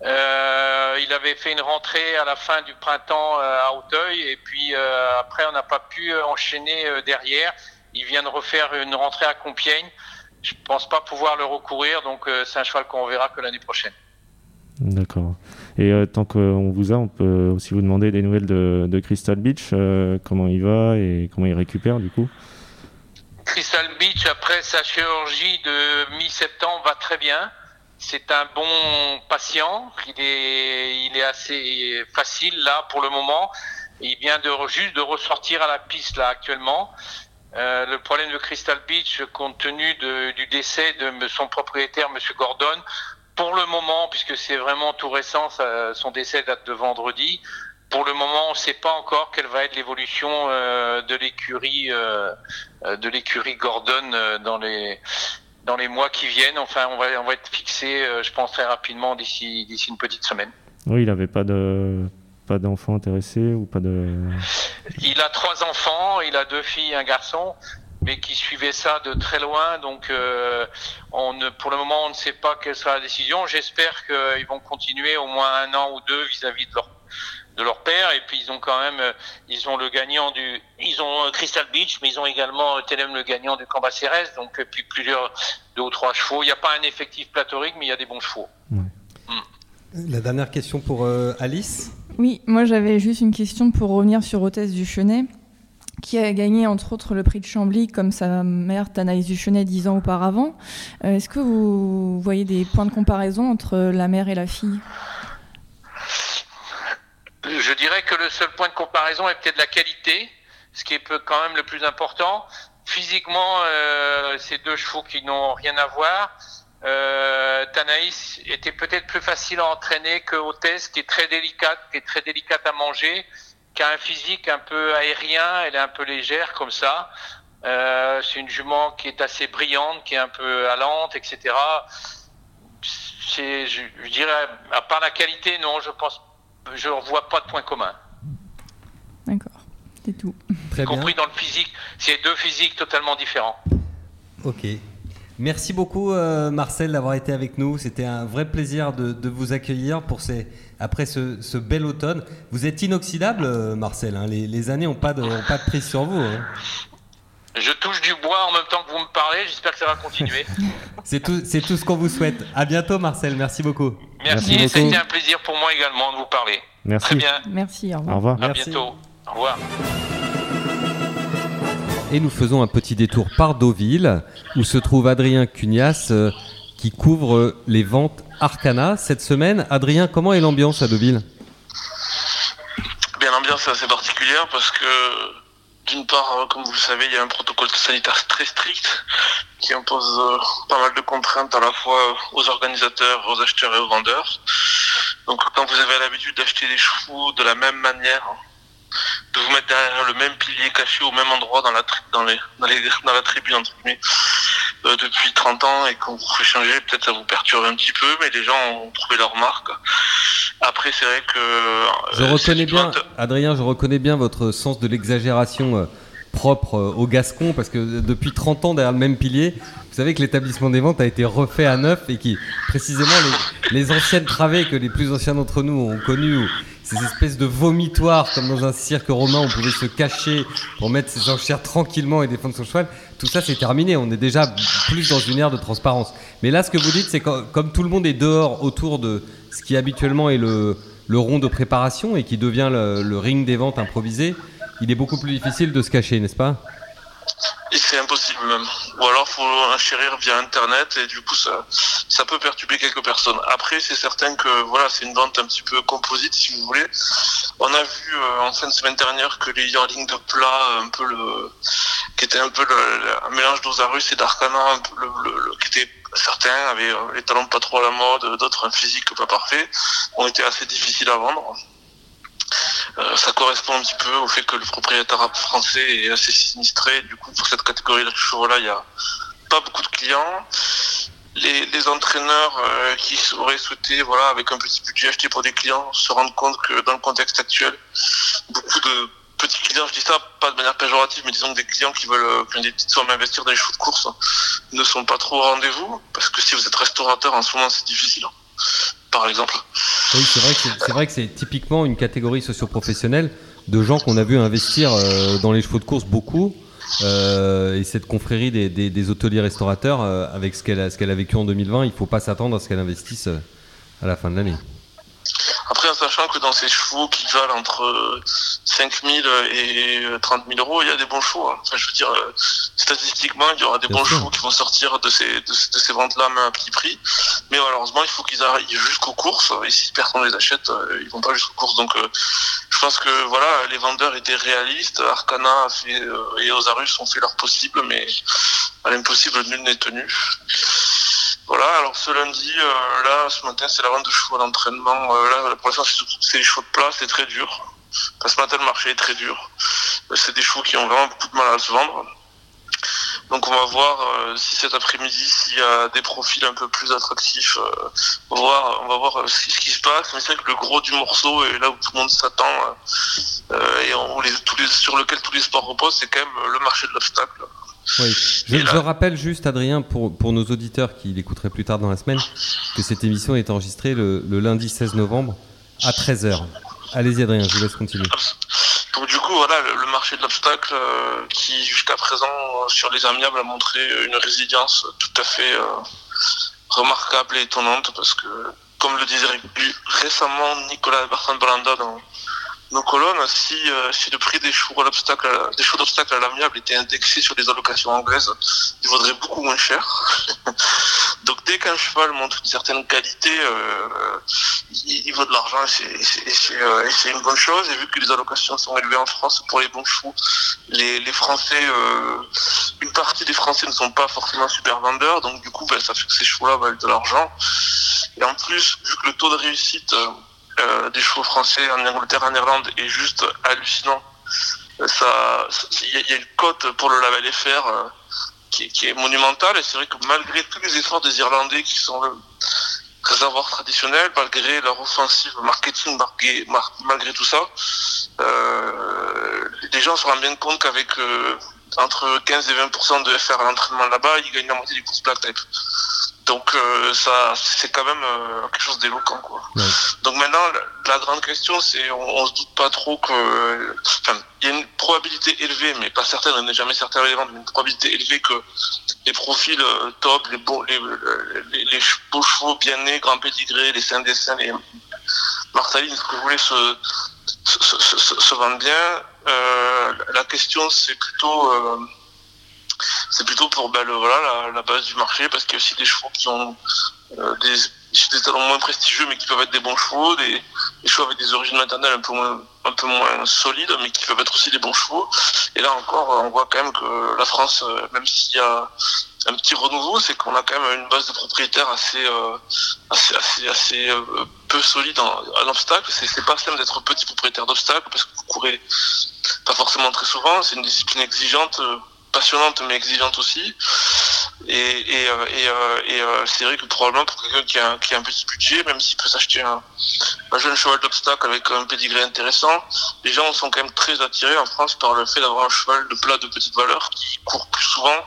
Euh, il avait fait une rentrée à la fin du printemps euh, à Hauteuil et puis euh, après on n'a pas pu enchaîner euh, derrière. Il vient de refaire une rentrée à Compiègne. Je ne pense pas pouvoir le recourir, donc euh, c'est un cheval qu'on verra que l'année prochaine. D'accord. Et euh, tant qu'on vous a, on peut aussi vous demander des nouvelles de, de Crystal Beach, euh, comment il va et comment il récupère du coup. Crystal Beach, après sa chirurgie de mi-septembre, va très bien. C'est un bon patient, il est, il est assez facile là pour le moment. Il vient de, juste de ressortir à la piste là actuellement. Euh, le problème de Crystal Beach, compte tenu de, du décès de son propriétaire, Monsieur Gordon, pour le moment, puisque c'est vraiment tout récent, ça, son décès date de vendredi. Pour le moment, on ne sait pas encore quelle va être l'évolution euh, de l'écurie, euh, de l'écurie Gordon euh, dans les dans les mois qui viennent. Enfin, on va on va être fixé, euh, je pense très rapidement d'ici d'ici une petite semaine. Oui, il n'avait pas de pas d'enfants intéressés ou pas de. Il a trois enfants, il a deux filles et un garçon, mais qui suivaient ça de très loin. Donc, euh, on ne, pour le moment, on ne sait pas quelle sera la décision. J'espère qu'ils vont continuer au moins un an ou deux vis-à-vis de leur de leur père. Et puis ils ont quand même, ils ont le gagnant du, ils ont Crystal Beach, mais ils ont également Telem, le gagnant du Cambacérès. Donc puis plusieurs, deux ou trois chevaux. Il n'y a pas un effectif pléthorique, mais il y a des bons chevaux. Ouais. Mm. La dernière question pour euh, Alice. Oui, moi j'avais juste une question pour revenir sur Hôtesse du Chenet, qui a gagné entre autres le prix de Chambly comme sa mère Tanaïs Duchenet dix ans auparavant. Euh, est-ce que vous voyez des points de comparaison entre la mère et la fille ? Je dirais que le seul point de comparaison est peut-être la qualité, ce qui est quand même le plus important. Physiquement, euh, c'est deux chevaux qui n'ont rien à voir. Euh, Tanaïs était peut-être plus facile à entraîner que Hôtesse, qui est très délicate, qui est très délicate à manger, qui a un physique un peu aérien, elle est un peu légère comme ça. Euh, c'est une jument qui est assez brillante, qui est un peu allante, et cetera. C'est, je, je dirais, à part la qualité, non, je pense, je ne vois pas de point commun. D'accord, c'est tout. Très bien. Y compris dans le physique, c'est deux physiques totalement différents. Ok. Merci beaucoup euh, Marcel d'avoir été avec nous. C'était un vrai plaisir de, de vous accueillir pour ces, après ce, ce bel automne. Vous êtes inoxydable euh, Marcel, hein. les, les années n'ont pas, de, ont pas de prise sur vous. Hein. Je touche du bois en même temps que vous me parlez, j'espère que ça va continuer. c'est, tout, c'est tout ce qu'on vous souhaite. À bientôt Marcel, merci beaucoup. Merci, merci ça a été un plaisir pour moi également de vous parler. Merci. Très bien. Merci, au revoir. Au revoir. À Merci. bientôt. Au revoir. Et nous faisons un petit détour par Deauville, où se trouve Adrien Cugnas, euh, qui couvre les ventes Arcana cette semaine. Adrien, comment est l'ambiance à Deauville ? Bien, l'ambiance est assez particulière parce que, d'une part, comme vous le savez, il y a un protocole sanitaire très strict qui impose euh, pas mal de contraintes à la fois aux organisateurs, aux acheteurs et aux vendeurs. Donc, quand vous avez l'habitude d'acheter des chevaux de la même manière, de vous mettre derrière le même pilier caché au même endroit dans la, tri- dans les, dans les, dans la tribune entre guillemets, euh, depuis trente ans et qu'on vous fait changer, peut-être ça vous perturbe un petit peu, mais les gens ont trouvé leur marque. Après, c'est vrai que... Euh, je reconnais bien, vente... Adrien, je reconnais bien votre sens de l'exagération euh, propre euh, au Gascon, parce que euh, depuis trente ans derrière le même pilier, vous savez que l'établissement des ventes a été refait à neuf et qui, précisément, les, les anciennes travées que les plus anciens d'entre nous ont connues, où ces espèces de vomitoires, comme dans un cirque romain, on pouvait se cacher pour mettre ses enchères tranquillement et défendre son cheval. Tout ça, c'est terminé. On est déjà plus dans une ère de transparence. Mais là, ce que vous dites, c'est que comme tout le monde est dehors autour de ce qui habituellement est le, le rond de préparation et qui devient le, le ring des ventes improvisé, il est beaucoup plus difficile de se cacher, n'est-ce pas ? Et c'est impossible même. Ou alors faut enchérir via internet et du coup ça, ça peut perturber quelques personnes. Après c'est certain que voilà, c'est une vente un petit peu composite si vous voulez. On a vu euh, en fin de semaine dernière que les yearlings de plat, un peu le, qui était un peu le, le un mélange d'Osarus et d'Arcana, un peu le, le, le, qui était certains avaient euh, les talons pas trop à la mode, d'autres un physique pas parfait, ont été assez difficiles à vendre. Euh, ça correspond un petit peu au fait que le propriétaire français est assez sinistré. Du coup, pour cette catégorie de chevaux-là, il n'y a pas beaucoup de clients. Les, les entraîneurs euh, qui auraient souhaité, voilà, avec un petit budget, acheter pour des clients, se rendent compte que dans le contexte actuel, beaucoup de petits clients, je dis ça pas de manière péjorative, mais disons que des clients qui veulent, qui ont des petites sommes à investir dans les chevaux de course, ne sont pas trop au rendez-vous. Parce que si vous êtes restaurateur, en ce moment, c'est difficile. Par exemple. Oui, c'est vrai que c'est, c'est, vrai que c'est typiquement une catégorie socio-professionnelle de gens qu'on a vu investir euh, dans les chevaux de course beaucoup. Euh, et cette confrérie des, des, des hôteliers restaurateurs, euh, avec ce qu'elle, a, ce qu'elle a vécu en deux mille vingt, il ne faut pas s'attendre à ce qu'elle investisse euh, à la fin de l'année. Après, en sachant que dans ces chevaux qui valent entre cinq mille et trente mille euros, il y a des bons chevaux. Hein. Enfin, je veux dire, statistiquement, il y aura des Bien bons sûr. chevaux qui vont sortir de ces, de, de ces ventes-là à un petit prix. Mais malheureusement, il faut qu'ils arrivent jusqu'aux courses. Et si personne les achète, ils vont pas jusqu'aux courses. Donc, euh, je pense que voilà, les vendeurs étaient réalistes. Arcana a fait, euh, et Osarus ont fait leur possible, mais à l'impossible, nul n'est tenu. Voilà, alors ce lundi, euh, là, ce matin, c'est la vente de chevaux à l'entraînement. Euh, là, pour l'instant, c'est, c'est les chevaux de plat, c'est très dur. Parce que ce matin, le marché est très dur. Euh, c'est des chevaux qui ont vraiment beaucoup de mal à se vendre. Donc on va voir euh, si cet après-midi, s'il y a des profils un peu plus attractifs, euh, on va voir, on va voir euh, ce, ce qui se passe. Mais c'est vrai que le gros du morceau, et là où tout le monde s'attend, euh, et on, les, tous les, sur lequel tous les sports reposent, c'est quand même le marché de l'obstacle. Oui. Je, je rappelle juste, Adrien, pour, pour nos auditeurs qui l'écouteraient plus tard dans la semaine, que cette émission est enregistrée le, le lundi seize novembre à treize heures. Allez-y Adrien, je vous laisse continuer. Donc du coup, voilà, le, le marché de l'obstacle euh, qui jusqu'à présent euh, sur les amiables a montré une résilience tout à fait euh, remarquable et étonnante parce que, comme le disait récemment Nicolas Bertrand-Balanda dans nos colonnes, si, euh, si le prix des chevaux, à l'obstacle, des chevaux d'obstacle à l'amiable était indexé sur les allocations anglaises, il vaudrait beaucoup moins cher. Donc dès qu'un cheval montre une certaine qualité, euh, il, il vaut de l'argent et c'est, et, c'est, et, c'est, euh, et c'est une bonne chose. Et vu que les allocations sont élevées en France pour les bons chevaux, les, les Français, euh, une partie des Français ne sont pas forcément super vendeurs, donc du coup ben, ça fait que ces chevaux-là valent de l'argent. Et en plus, vu que le taux de réussite euh, Euh, des chevaux français en Angleterre, en Irlande est juste hallucinant. Ça, il y, y a une cote pour le label F R euh, qui, qui est monumentale et c'est vrai que malgré tous les efforts des Irlandais qui sont le réservoir traditionnel, malgré leur offensive marketing, malgré, malgré tout ça, euh, les gens se rendent bien compte qu'avec euh, entre quinze et vingt pour cent de F R à l'entraînement là-bas, ils gagnent la moitié des courses black type. Donc euh, ça, c'est quand même euh, quelque chose d'éloquent, quoi. Ouais. Donc maintenant, la, la grande question, c'est on, on se doute pas trop que, enfin, il y a une probabilité élevée, mais pas certaine, on n'est jamais certain élément, mais une probabilité élevée que les profils euh, top, les beaux, les, les, les beaux chevaux bien nés, grand pédigré, les Saint-Dessin, les Martaline, ce que vous voulez, se, se, se, se, se vendent bien. Euh, la question, c'est plutôt euh, c'est plutôt pour ben, le, voilà, la, la base du marché, parce qu'il y a aussi des chevaux qui ont euh, des, des talons moins prestigieux, mais qui peuvent être des bons chevaux, des, des chevaux avec des origines maternelles un peu moins, un peu moins solides, mais qui peuvent être aussi des bons chevaux. Et là encore, on voit quand même que la France, même s'il y a un petit renouveau, c'est qu'on a quand même une base de propriétaires assez, euh, assez, assez, assez euh, peu solide en, en obstacle. C'est, c'est pas simple d'être petit propriétaire d'obstacle, parce que vous courez pas forcément très souvent, c'est une discipline exigeante, euh, passionnante mais exigeante aussi et, et, et, et, et c'est vrai que probablement pour quelqu'un qui a, qui a un petit budget, même s'il peut s'acheter un, un jeune cheval d'obstacle avec un pédigré intéressant, les gens sont quand même très attirés en France par le fait d'avoir un cheval de plat de petite valeur qui court plus souvent,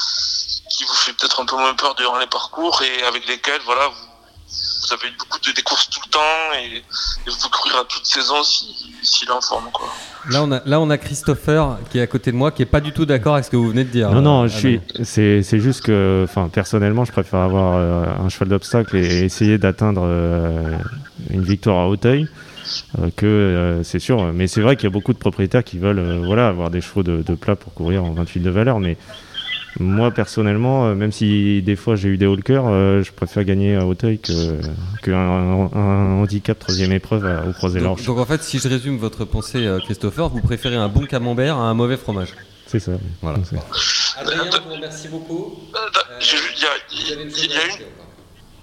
qui vous fait peut-être un peu moins peur durant les parcours et avec lesquels voilà vous vous avez beaucoup de des courses tout le temps et, et vous pouvez courir à toute saison si s'il est en forme, quoi. Là on a là on a Christopher qui est à côté de moi qui est pas du tout d'accord avec ce que vous venez de dire. Non non, je suis c'est c'est juste que enfin personnellement, je préfère avoir euh, un cheval d'obstacle et essayer d'atteindre euh, une victoire à Hauteuil euh, que euh, c'est sûr, mais c'est vrai qu'il y a beaucoup de propriétaires qui veulent euh, voilà avoir des chevaux de, de plat pour courir en vingt-huit de valeur, mais moi personnellement, euh, même si des fois j'ai eu des haut le cœur, euh, je préfère gagner à Hauteuil que qu'un un, un handicap troisième épreuve à, au Croisé-Large. Donc, donc en fait, si je résume votre pensée, euh, Christopher, vous préférez un bon camembert à un mauvais fromage. C'est ça. Voilà. C'est... Adrien, je vous remercie beaucoup. Euh, il y a, il y a une. Pardon ?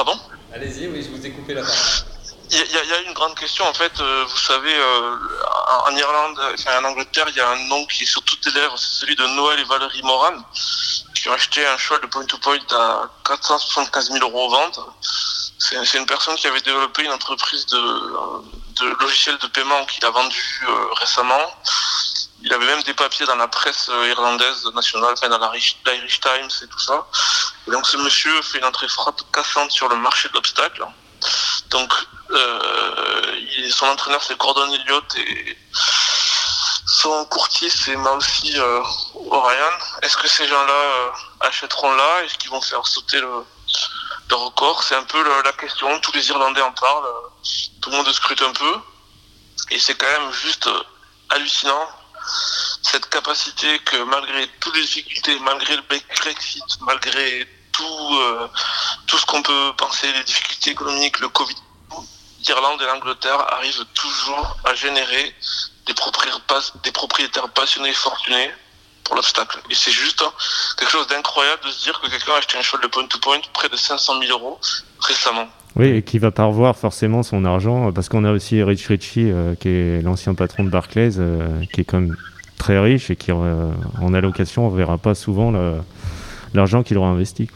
Allez-y, oui, je vous ai coupé la parole. Il y, y a une grande question en fait, euh, vous savez, euh, en, en Irlande, enfin en Angleterre, il y a un nom qui est sur toutes les lèvres, c'est celui de Noël et Valérie Moran, qui ont acheté un cheval de point to point à quatre cent soixante-quinze mille euros aux ventes. C'est, c'est une personne qui avait développé une entreprise de, de logiciels de paiement qu'il a vendu euh, récemment. Il avait même des papiers dans la presse irlandaise nationale, enfin dans l'Irish, l'Irish Times et tout ça. Et donc ce monsieur fait une entrée fracassante sur le marché de l'obstacle. Donc, euh, il, son entraîneur c'est Gordon Elliott et son courtier c'est Mousy euh, O'Ryan. Est-ce que ces gens-là euh, achèteront là ? Est-ce qu'ils vont faire sauter le, le record ? C'est un peu le, la question. Tous les Irlandais en parlent. Tout le monde scrute un peu. Et c'est quand même juste euh, hallucinant cette capacité que malgré toutes les difficultés, malgré le Brexit, malgré tout, euh, tout ce qu'on peut penser, les difficultés économiques, le Covid, l'Irlande et l'Angleterre arrivent toujours à générer des propriétaires, des propriétaires passionnés et fortunés pour l'obstacle. Et c'est juste hein, quelque chose d'incroyable de se dire que quelqu'un a acheté un cheval de point-to-point près de cinq cent mille euros récemment. Oui, et qui va pas revoir forcément son argent, parce qu'on a aussi Rich Ritchie, euh, qui est l'ancien patron de Barclays, euh, qui est quand même très riche et qui, euh, en allocation, on verra pas souvent le, l'argent qu'il aura investi.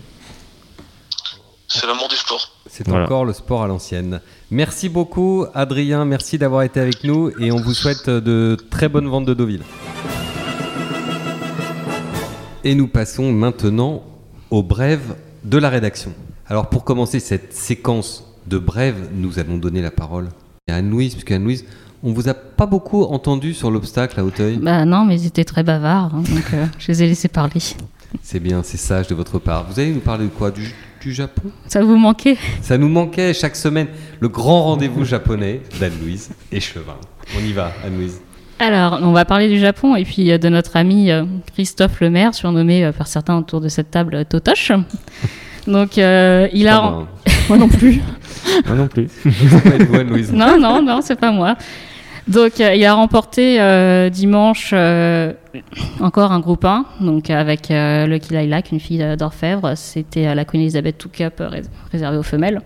C'est l'amour du sport. C'est voilà. Encore le sport à l'ancienne. Merci beaucoup, Adrien. Merci d'avoir été avec nous et on vous souhaite de très bonnes ventes de Deauville. Et nous passons maintenant aux brèves de la rédaction. Alors pour commencer cette séquence de brèves, nous allons donner la parole Anne-Louise, puisque Anne-Louise, on vous a pas beaucoup entendu sur l'obstacle à Auteuil. Bah non, mais ils étaient très bavards, hein, donc euh, je les ai laissés parler. C'est bien, c'est sage de votre part. Vous allez nous parler de quoi ? Du, du Japon ? Ça vous manquait ? Ça nous manquait chaque semaine. Le grand rendez-vous japonais d'Anne-Louise Échevin. On y va, Anne-Louise. Alors, on va parler du Japon et puis euh, de notre ami euh, Christophe Lemaire, surnommé euh, par certains autour de cette table euh, Totoche. Donc, euh, il a... Moi, moi non plus. Moi non plus. vous, Anne-Louise. Non, non, non, c'est pas moi. Donc, euh, il a remporté euh, dimanche euh, encore un groupe un, donc avec euh, Lucky Lilac, une fille d'Orfèvre. C'était euh, la Queen Elizabeth deux Cup euh, rés- réservée aux femelles.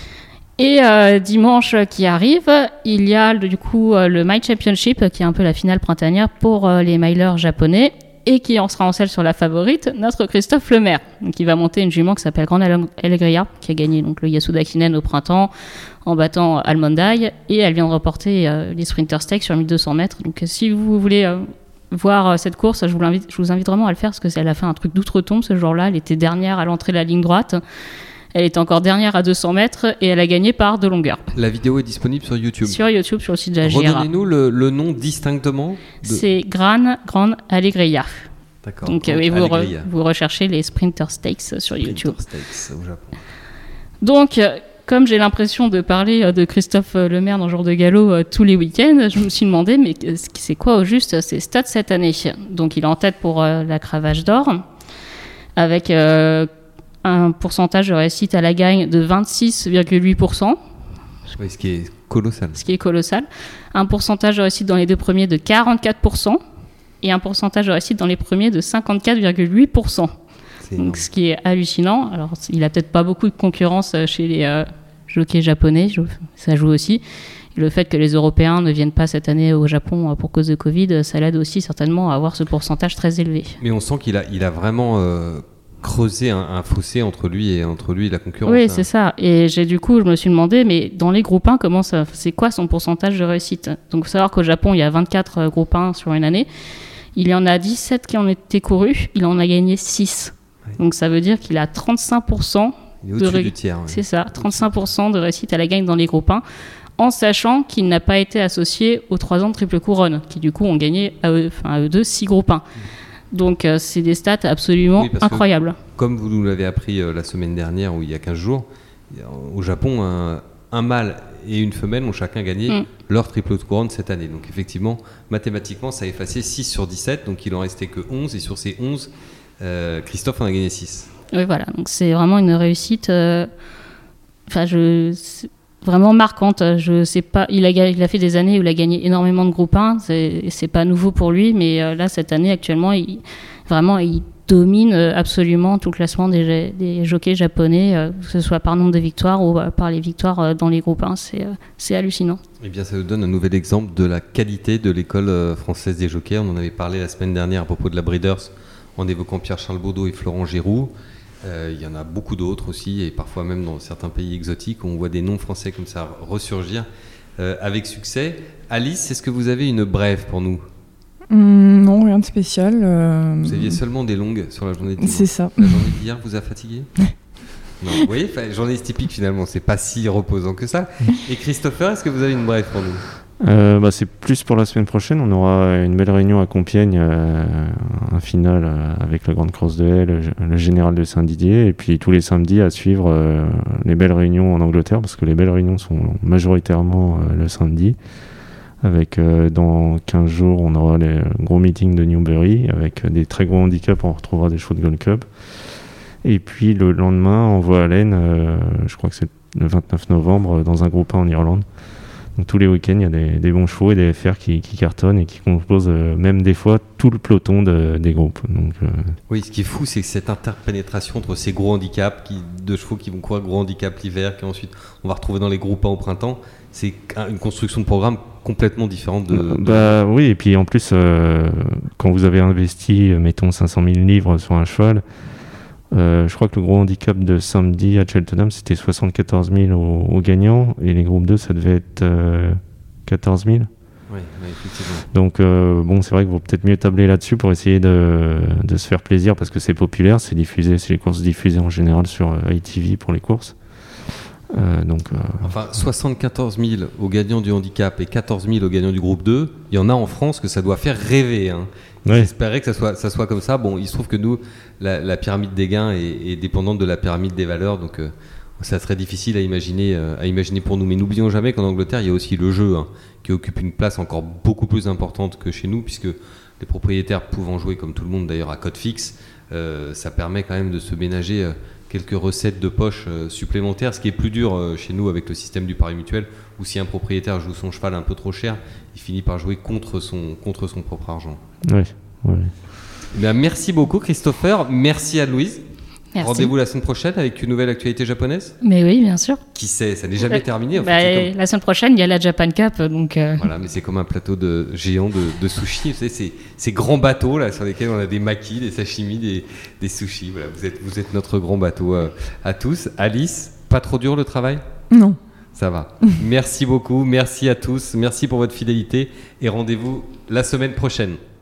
Et euh, dimanche qui arrive, il y a du coup euh, le My Championship, qui est un peu la finale printanière pour euh, les milers japonais, et qui en sera en selle sur la favorite, notre Christophe Lemaire, qui va monter une jument qui s'appelle Grande Alegria, qui a gagné donc le Yasuda Kinen au printemps en battant Almondai, et elle vient de remporter euh, les Sprinter Stakes sur mille deux cents mètres. Donc euh, si vous voulez euh, voir euh, cette course, je vous, l'invite, je vous invite vraiment à le faire, parce qu'elle a fait un truc d'outre-tombe ce jour-là. Elle était dernière à l'entrée de la ligne droite. Elle était encore dernière à deux cents mètres et elle a gagné par deux longueurs. La vidéo est disponible sur YouTube. Sur YouTube, sur le site de la G R A. Redonnez-nous le, le nom distinctement. De... C'est Gran Grande Alegria. D'accord. Donc, euh, et vous, re, vous recherchez les Sprinter Stakes sur Sprinter YouTube. Stakes au Japon. Donc, euh, comme j'ai l'impression de parler euh, de Christophe Lemaire dans Jour de Galop euh, tous les week-ends, je me suis demandé, mais c'est quoi au juste ses stats cette année ? Donc, il est en tête pour euh, la Cravache d'Or, avec... Euh, un pourcentage de réussite à la gagne de vingt-six virgule huit pour cent. Oui, ce qui est colossal. Ce qui est colossal. Un pourcentage de réussite dans les deux premiers de quarante-quatre pour cent et un pourcentage de réussite dans les premiers de cinquante-quatre virgule huit pour cent. Donc, ce qui est hallucinant. Alors, il n'a peut-être pas beaucoup de concurrence chez les euh, jockeys japonais, ça joue aussi. Et le fait que les Européens ne viennent pas cette année au Japon pour cause de Covid, ça l'aide aussi certainement à avoir ce pourcentage très élevé. Mais on sent qu'il a, il a vraiment... Euh... creuser un, un fossé entre lui et entre lui et la concurrence. Oui, hein. c'est ça. Et j'ai du coup, je me suis demandé, mais dans les groupes un, comment ça, c'est quoi son pourcentage de réussite ? Donc, il faut savoir qu'au Japon, il y a vingt-quatre groupes un sur une année. Il y en a dix-sept qui ont été courus. Il en a gagné six. Oui. Donc, ça veut dire qu'il a trente-cinq pour cent il est au-dessus de ré... du tiers. Oui. C'est ça, trente-cinq pour cent de réussite à la gagne dans les groupes un, en sachant qu'il n'a pas été associé aux trois ans de triple couronne, qui du coup ont gagné à eux, enfin, à eux deux six groupes un. Donc, euh, c'est des stats absolument oui, incroyables. Que, comme vous nous l'avez appris euh, la semaine dernière, ou il y a quinze jours, au Japon, un, un mâle et une femelle ont chacun gagné mm. leur triple couronne cette année. Donc, effectivement, mathématiquement, ça a effacé six sur dix-sept, donc il en restait que onze, et sur ces onze, euh, Christophe en a gagné six. Oui, voilà. Donc, c'est vraiment une réussite... Enfin, euh, je... vraiment marquante. Je sais pas, il a, il a fait des années où il a gagné énormément de groupes un, c'est, c'est pas nouveau pour lui, mais euh, là, cette année, actuellement, il, vraiment, il domine absolument tout le classement des, des jockeys japonais, euh, que ce soit par nombre de victoires ou euh, par les victoires euh, dans les groupes un. C'est, euh, c'est hallucinant. Eh bien, ça nous donne un nouvel exemple de la qualité de l'école euh, française des jockeys. On en avait parlé la semaine dernière à propos de la Breeders, en évoquant Pierre-Charles Baudot et Florent Giroux. Euh, il y en a beaucoup d'autres aussi, et parfois même dans certains pays exotiques, où on voit des noms français comme ça ressurgir euh, avec succès. Alice, est-ce que vous avez une brève pour nous ? Mmh, non, rien de spécial. Euh... Vous aviez seulement des longues sur la journée de dimanche. C'est ça. La journée d'hier vous a fatigué ? Non, vous voyez, journée typique finalement, c'est pas si reposant que ça. Et Christopher, est-ce que vous avez une brève pour nous ? Euh, bah, c'est plus pour la semaine prochaine. On aura une belle réunion à Compiègne, euh, un final euh, avec la Grande Crosse de Haye, le, le Général de Saint-Didier, et puis tous les samedis à suivre euh, les belles réunions en Angleterre, parce que les belles réunions sont majoritairement euh, le samedi. Avec euh, dans quinze jours, on aura les gros meetings de Newbury avec euh, des très gros handicaps. On retrouvera des chevaux de Gold Cup. Et puis le lendemain, on voit Allen, euh, je crois que c'est le vingt-neuf novembre, dans un groupe un en Irlande. Donc tous les week-ends, il y a des, des bons chevaux et des F R qui, qui cartonnent et qui composent euh, même des fois tout le peloton de, des groupes. Donc, euh... Oui, ce qui est fou, c'est que cette interpénétration entre ces gros handicaps, qui, de chevaux qui vont courir gros handicap l'hiver, qu'ensuite on va retrouver dans les groupes un au printemps, c'est une construction de programme complètement différente de... de... Bah oui, et puis en plus, euh, quand vous avez investi, mettons, cinq cent mille livres sur un cheval, Euh, je crois que le gros handicap de samedi à Cheltenham, c'était soixante-quatorze mille aux, aux gagnants, et les groupes deux, ça devait être euh, quatorze mille. Oui, oui, effectivement. Donc, euh, bon, c'est vrai qu'il vaut peut-être mieux tabler là-dessus pour essayer de, de se faire plaisir, parce que c'est populaire, c'est diffusé, c'est les courses diffusées en général sur I T V pour les courses. Euh, donc, euh... Enfin, soixante-quatorze mille aux gagnants du handicap et quatorze mille aux gagnants du groupe deux, il y en a en France que ça doit faire rêver. Hein. Ouais. J'espérais que ça soit, ça soit comme ça. Bon, il se trouve que nous, la, la pyramide des gains est, est dépendante de la pyramide des valeurs, donc euh, ça serait difficile à imaginer, euh, à imaginer pour nous. Mais n'oublions jamais qu'en Angleterre, il y a aussi le jeu hein, qui occupe une place encore beaucoup plus importante que chez nous, puisque les propriétaires pouvant jouer, comme tout le monde d'ailleurs, à code fixe, euh, ça permet quand même de se ménager euh, quelques recettes de poche euh, supplémentaires, ce qui est plus dur euh, chez nous avec le système du pari mutuel, où si un propriétaire joue son cheval un peu trop cher, il finit par jouer contre son, contre son propre argent. Oui, oui. Eh bien, merci beaucoup Christopher, merci à Louise. Merci. Rendez-vous la semaine prochaine avec une nouvelle actualité japonaise. Mais oui, bien sûr. Qui sait, ça n'est jamais Euh, terminé. En bah, fait, comme... La semaine prochaine, il y a la Japan Cup, donc. Euh... Voilà, mais c'est comme un plateau de géant de, de sushis. Vous savez, ces, ces grands bateaux là sur lesquels on a des makis, des sashimi, des, des sushis. Voilà, vous êtes, vous êtes notre grand bateau euh, à tous. Alice, pas trop dur le travail ? Non. Ça va. Merci beaucoup, merci à tous, merci pour votre fidélité et rendez-vous la semaine prochaine.